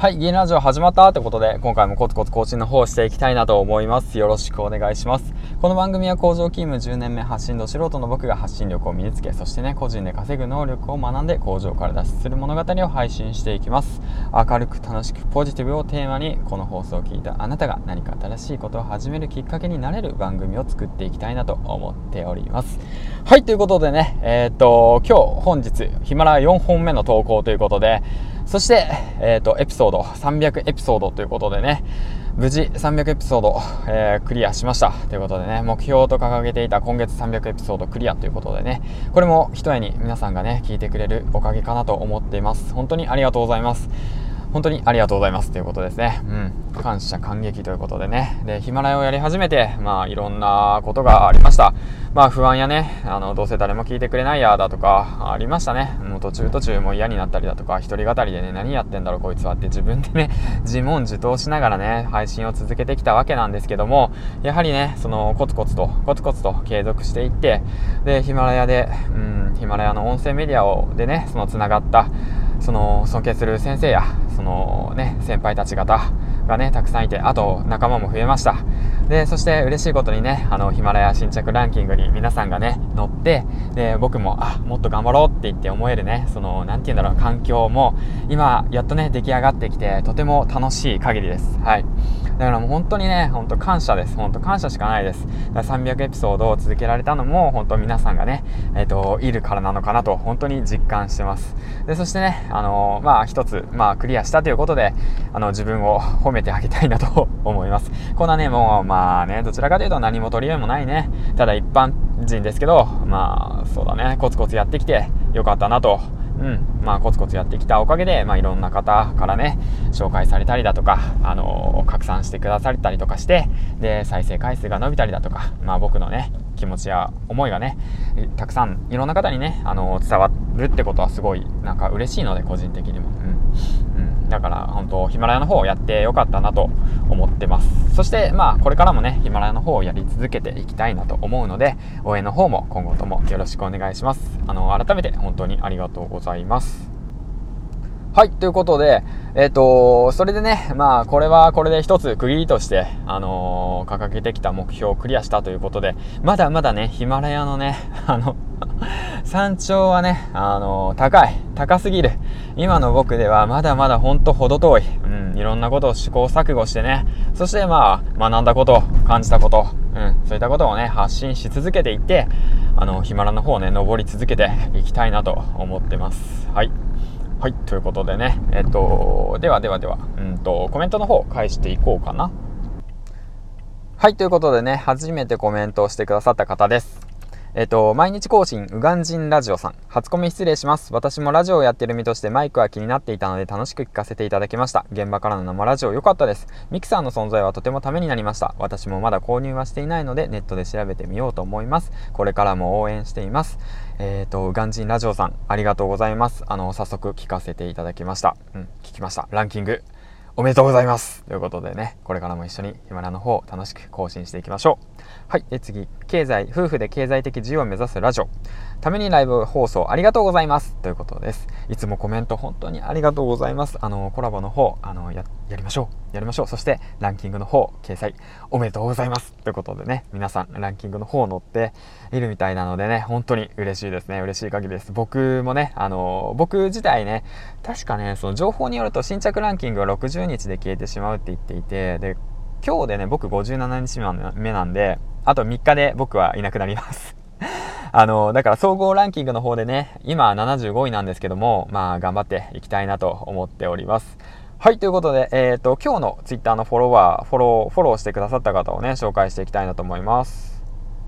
はい、銀ラジオ始まったってことで、今回もコツコツ更新の方をしていきたいなと思います。よろしくお願いします。この番組は工場勤務10年目発信度素人の僕が発信力を身につけ、そしてね、個人で稼ぐ能力を学んで工場から脱出する物語を配信していきます。明るく楽しくポジティブをテーマに、この放送を聞いたあなたが何か新しいことを始めるきっかけになれる番組を作っていきたいなと思っております。はい、ということでね、本日ヒマラヤ4本目の投稿ということで、そして、エピソード300エピソードということでね、無事300エピソード、クリアしましたということでね、目標と掲げていた今月300エピソードクリアということでね、これも一重に皆さんがね聞いてくれるおかげかなと思っています。本当にありがとうございます。本当にありがとうございますということですね。感謝感激ということでね。で、ヒマラヤをやり始めて、いろんなことがありました。不安やね、どうせ誰も聞いてくれないやだとかありましたね。もう途中もう嫌になったりだとか、一人語りでね、何やってんだろうこいつはって自分でね、自問自答しながらね、配信を続けてきたわけなんですけども、やはりね、そのコツコツと継続していって、で、ヒマラヤの音声メディアでね、その繋がったその尊敬する先生やそのね先輩たち方がねたくさんいて、あと仲間も増えました。で、そして嬉しいことにね、ヒマラヤ新着ランキングに皆さんがね乗って、で僕ももっと頑張ろうって言って思えるね、そのなんていうんだろう、環境も今やっとね出来上がってきて、とても楽しい限りです。はい、だからもう本当にね、本当感謝です。本当感謝しかないです。だから300エピソードを続けられたのも本当皆さんがねいるからなのかなと本当に実感してます。で、そしてね一つクリアしたということで自分を褒めてあげたいなと思います。こんなねもうどちらかというと何も取り柄もないね、ただ一般人ですけど、そうだね、コツコツやってきてよかったなと。コツコツやってきたおかげで、いろんな方からね紹介されたりだとか、拡散してくださったりとかして、で再生回数が伸びたりだとか、僕のね気持ちや思いがねたくさんいろんな方にね伝わるってことはすごいなんか嬉しいので、個人的にも、だから本当ヒマラヤの方をやってよかったなと思ってます。そしてこれからもねヒマラヤの方をやり続けていきたいなと思うので、応援の方も今後ともよろしくお願いします。改めて本当にありがとうございます。はい、ということで、それでね、これはこれで一つ区切りとして、掲げてきた目標をクリアしたということで、まだまだね、ヒマラヤのね、山頂はね、高すぎる。今の僕ではまだまだほんと程遠い。いろんなことを試行錯誤してね、そして学んだこと、感じたこと、そういったことをね、発信し続けていって、ヒマラヤの方をね、登り続けていきたいなと思ってます。はい。はい、ということでね、では、コメントの方返していこうかな。はい、ということでね、初めてコメントをしてくださった方です。毎日更新ウガンジンラジオさん、初コメ失礼します。私もラジオをやってる身としてマイクは気になっていたので楽しく聞かせていただきました。現場からの生ラジオ良かったです。ミキサーの存在はとてもためになりました。私もまだ購入はしていないのでネットで調べてみようと思います。これからも応援しています。ウガンジンラジオさん、ありがとうございます。早速聞かせていただきました。聞きました。ランキングおめでとうございますということでね、これからも一緒にヒマラヤの方楽しく更新していきましょう。はい、で次、夫婦で経済的自由を目指すラジオ、ためにライブ放送ありがとうございますということです。いつもコメント本当にありがとうございます。コラボの方やりましょう。そしてランキングの方掲載おめでとうございますということでね、皆さんランキングの方載っているみたいなのでね、本当に嬉しいですね。嬉しい限りです。僕もね僕自体ね、確かねその情報によると新着ランキングは60日で消えてしまうって言っていて、で今日でね僕57日目なんで、あと3日で僕はいなくなりますだから総合ランキングの方でね今75位なんですけども、頑張っていきたいなと思っております。はい、ということで、今日のツイッターのフォローしてくださった方をね紹介していきたいなと思います。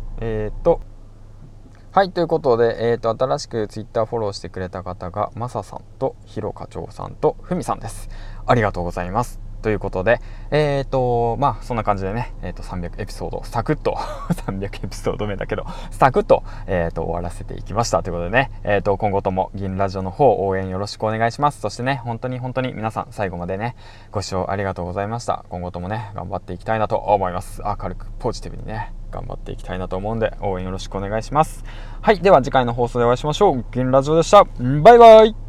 はい、ということで、新しくツイッターフォローしてくれた方がマサさんとヒロ課長さんとフミさんです。ありがとうございます。ということで、そんな感じでね、300エピソードサクッと300エピソード目だけどサクッと、終わらせていきましたということでね、今後とも銀ラジオの方応援よろしくお願いします。そしてね、本当に皆さん最後までねご視聴ありがとうございました。今後ともね頑張っていきたいなと思います。明るくポジティブにね頑張っていきたいなと思うんで応援よろしくお願いします。はい、では次回の放送でお会いしましょう。銀ラジオでした。バイバイ。